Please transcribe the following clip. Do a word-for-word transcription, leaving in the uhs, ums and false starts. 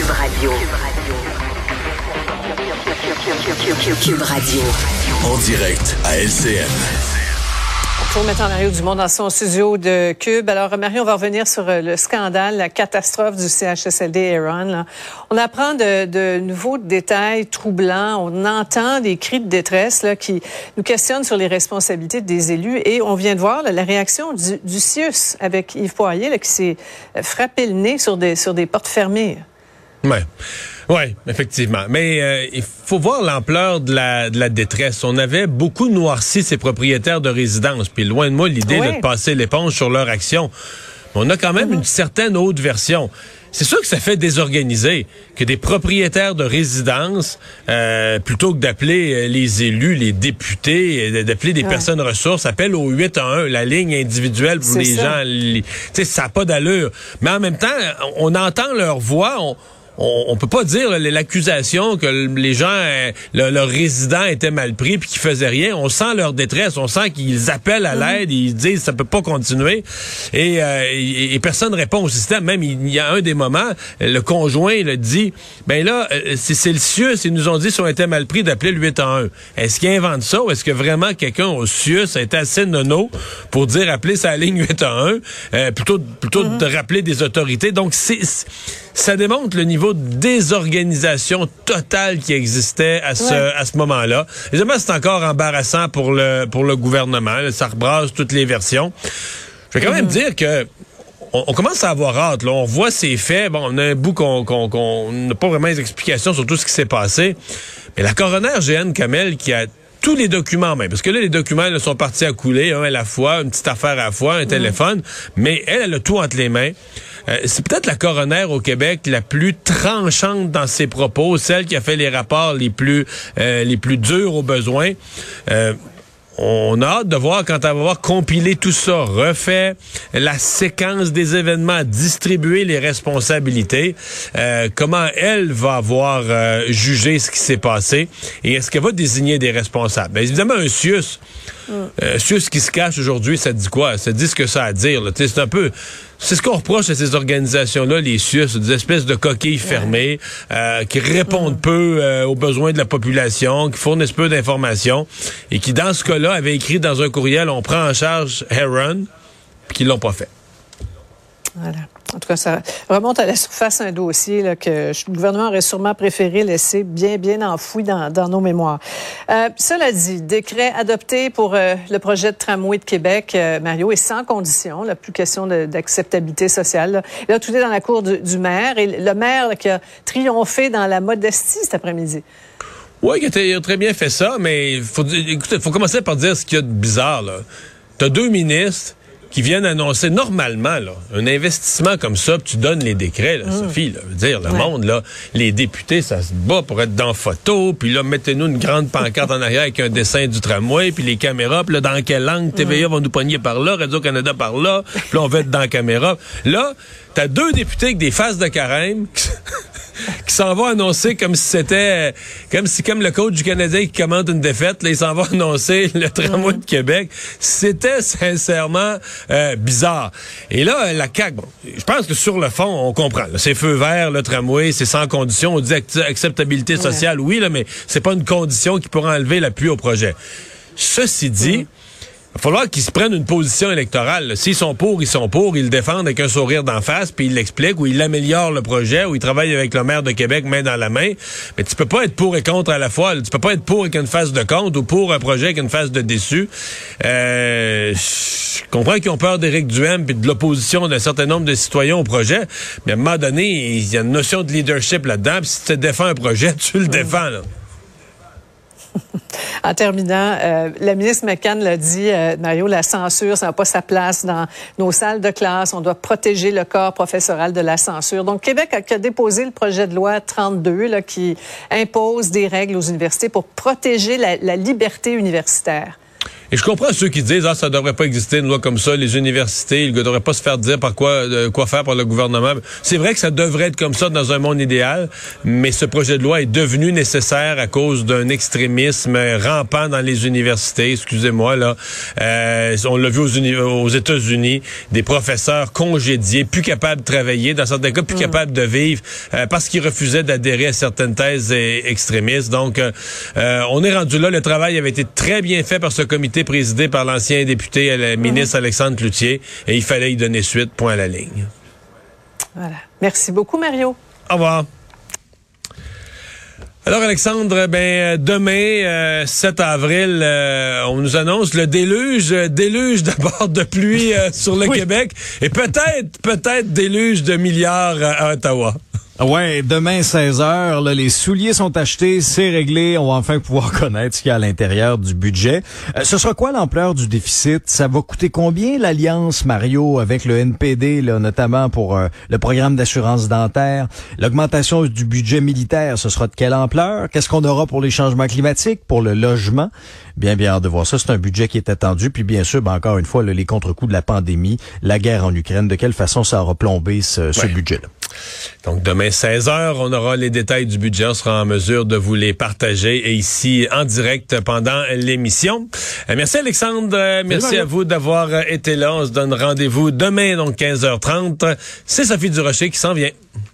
Cube Radio. Cube Radio. En direct à L C N. Pour mettre en Mario Dumont dans son studio de Cube. Alors, Mario, on va revenir sur le scandale, la catastrophe du C H S L D Héron. Là. On apprend de, de nouveaux détails troublants. On entend des cris de détresse là, qui nous questionnent sur les responsabilités des élus. Et on vient de voir là, la réaction du, du C I U S avec Yves Poirier là, qui s'est frappé le nez sur des, sur des portes fermées. Ouais. Oui, effectivement. Mais euh, il faut voir l'ampleur de la, de la détresse. On avait beaucoup noirci ces propriétaires de résidences. Puis loin de moi l'idée ouais. là, de passer l'éponge sur leur action. Mais on a quand même mm-hmm. une certaine haute version. C'est sûr que ça fait désorganiser que des propriétaires de résidences, euh, plutôt que d'appeler les élus, les députés, d'appeler des ouais. personnes ressources, appellent au huit un un, la ligne individuelle pour C'est les ça. gens. Tu sais, ça n'a pas d'allure. Mais en même temps, on entend leur voix, on... On, on peut pas dire là, l'accusation que les gens, euh, le, leurs résidents étaient mal pris puis qu'ils faisaient rien. On sent leur détresse, on sent qu'ils appellent à l'aide, ils disent ça peut pas continuer et, euh, et, et personne répond au système. Même il y a un des moments, le conjoint le dit, ben là c'est, c'est le C I U S, ils nous ont dit si on était mal pris d'appeler le huit un un. Est-ce qu'ils inventent ça ou est-ce que vraiment quelqu'un au C I U S a été assez nono pour dire appeler sa ligne huit un un euh, plutôt plutôt mm-hmm. de rappeler des autorités. Donc c'est, c'est ça démontre le niveau de désorganisation totale qui existait à ce ouais. à ce moment-là. Évidemment, c'est encore embarrassant pour le pour le gouvernement. Là, ça rebrasse toutes les versions. Je vais quand mmh. même dire que on, on commence à avoir hâte. Là. On voit ces faits. Bon, on a un bout qu'on qu'on qu'on n'a pas vraiment les explications sur tout ce qui s'est passé. Mais la coroner Jeanne Kamel qui a tous les documents même, parce que là, les documents là, sont partis à couler, un à la fois, une petite affaire à la fois, un mmh. téléphone, mais elle, elle a tout entre les mains. Euh, c'est peut-être la coroner au Québec la plus tranchante dans ses propos, celle qui a fait les rapports les plus euh, les plus durs aux besoins. Euh, On a hâte de voir quand elle va avoir compilé tout ça, refait la séquence des événements, distribué les responsabilités, euh, comment elle va avoir euh, jugé ce qui s'est passé et est-ce qu'elle va désigner des responsables. Bien, évidemment, un C I U S, mm. euh, C I U S qui se cache aujourd'hui, ça dit quoi? Ça dit ce que ça a à dire. Là. C'est un peu... C'est ce qu'on reproche à ces organisations-là, les C I U S, des espèces de coquilles fermées, euh, qui répondent mmh. peu euh, aux besoins de la population, qui fournissent peu d'informations, et qui, dans ce cas-là, avaient écrit dans un courriel « On prend en charge Héron », puis qu'ils l'ont pas fait. Voilà. En tout cas, ça remonte à la surface un dossier là, que le gouvernement aurait sûrement préféré laisser bien, bien enfoui dans, dans nos mémoires. Euh, cela dit, décret adopté pour euh, le projet de tramway de Québec, euh, Mario, est sans condition. Là, plus question de, d'acceptabilité sociale. Là. là, tout est dans la cour du, du maire. Et le maire là, qui a triomphé dans la modestie cet après-midi. Oui, il a très bien fait ça, mais faut, écoutez, faut commencer par dire ce qu'il y a de bizarre. Là. T'as deux ministres qui viennent annoncer normalement là, un investissement comme ça, puis tu donnes les décrets, là, mmh. Sophie, là, je veux dire, le ouais. monde, là, les députés, ça se bat pour être dans photo, puis là, mettez-nous une grande pancarte en arrière avec un dessin du tramway, puis les caméras, puis là, dans quelle langue, T V A mmh. va nous pogner par là, Radio-Canada par là, puis là, on va être dans la caméra. Là, t'as deux députés avec des faces de carême qui s'en vont annoncer comme si c'était comme si comme le coach du Canadien qui commande une défaite, là, il s'en va annoncer le tramway de Québec. C'était sincèrement euh, bizarre. Et là, la C A Q, bon, je pense que sur le fond, on comprend. Là, c'est feu vert, le tramway, c'est sans condition. On dit acceptabilité sociale, ouais. oui, là, mais c'est pas une condition qui pourra enlever l'appui au projet. Ceci dit, mmh. il va falloir qu'ils se prennent une position électorale. Là. S'ils sont pour, ils sont pour, ils le défendent avec un sourire d'en face, puis ils l'expliquent, ou ils améliorent le projet, ou ils travaillent avec le maire de Québec main dans la main. Mais tu peux pas être pour et contre à la fois. Là. Tu peux pas être pour avec une face de contre ou pour un projet avec une face de déçu. Euh, je comprends qu'ils ont peur d'Éric Duhaime puis de l'opposition d'un certain nombre de citoyens au projet, mais à un moment donné, il y a une notion de leadership là-dedans, puis si tu défends un projet, tu le mmh. défends, là. En terminant, euh, la ministre McCann l'a dit, euh, Mario, la censure, ça n'a pas sa place dans nos salles de classe. On doit protéger le corps professoral de la censure. Donc, Québec a, a déposé le projet de loi trente-deux là, qui impose des règles aux universités pour protéger la, la liberté universitaire. Et je comprends ceux qui disent, ah, ça devrait pas exister une loi comme ça, les universités, ils ne devraient pas se faire dire par quoi, euh, quoi faire par le gouvernement. C'est vrai que ça devrait être comme ça dans un monde idéal, mais ce projet de loi est devenu nécessaire à cause d'un extrémisme rampant dans les universités. Excusez-moi, là. Euh, on l'a vu aux, uni- aux États-Unis, des professeurs congédiés, plus capables de travailler, dans certains cas, plus mmh. capables de vivre, euh, parce qu'ils refusaient d'adhérer à certaines thèses euh, extrémistes. Donc, euh, euh, on est rendu là. Le travail avait été très bien fait par ce comité présidé par l'ancien député, le ministre mmh. Alexandre Cloutier, et il fallait y donner suite, point à la ligne. Voilà. Merci beaucoup, Mario. Au revoir. Alors, Alexandre, ben demain, euh, sept avril, euh, on nous annonce le déluge, déluge d'abord de pluie euh, sur le oui. Québec, et peut-être, peut-être déluge de milliards à, à Ottawa. Ouais, demain seize heures, là, les souliers sont achetés, c'est réglé, on va enfin pouvoir connaître ce qu'il y a à l'intérieur du budget. Euh, ce sera quoi l'ampleur du déficit? Ça va coûter combien l'alliance, Mario, avec le N P D, là, notamment pour euh, le programme d'assurance dentaire? L'augmentation du budget militaire, ce sera de quelle ampleur? Qu'est-ce qu'on aura pour les changements climatiques, pour le logement? Bien, bien hâte de voir ça. C'est un budget qui est attendu. Puis bien sûr, ben, encore une fois, là, les contre-coups de la pandémie, la guerre en Ukraine, de quelle façon ça aura plombé ce, ce ouais. budget-là? Donc demain seize heures, on aura les détails du budget, on sera en mesure de vous les partager et ici en direct pendant l'émission. Euh, merci Alexandre, euh, merci à vous d'avoir été là. On se donne rendez-vous demain donc quinze heures trente. C'est Sophie Durocher qui s'en vient.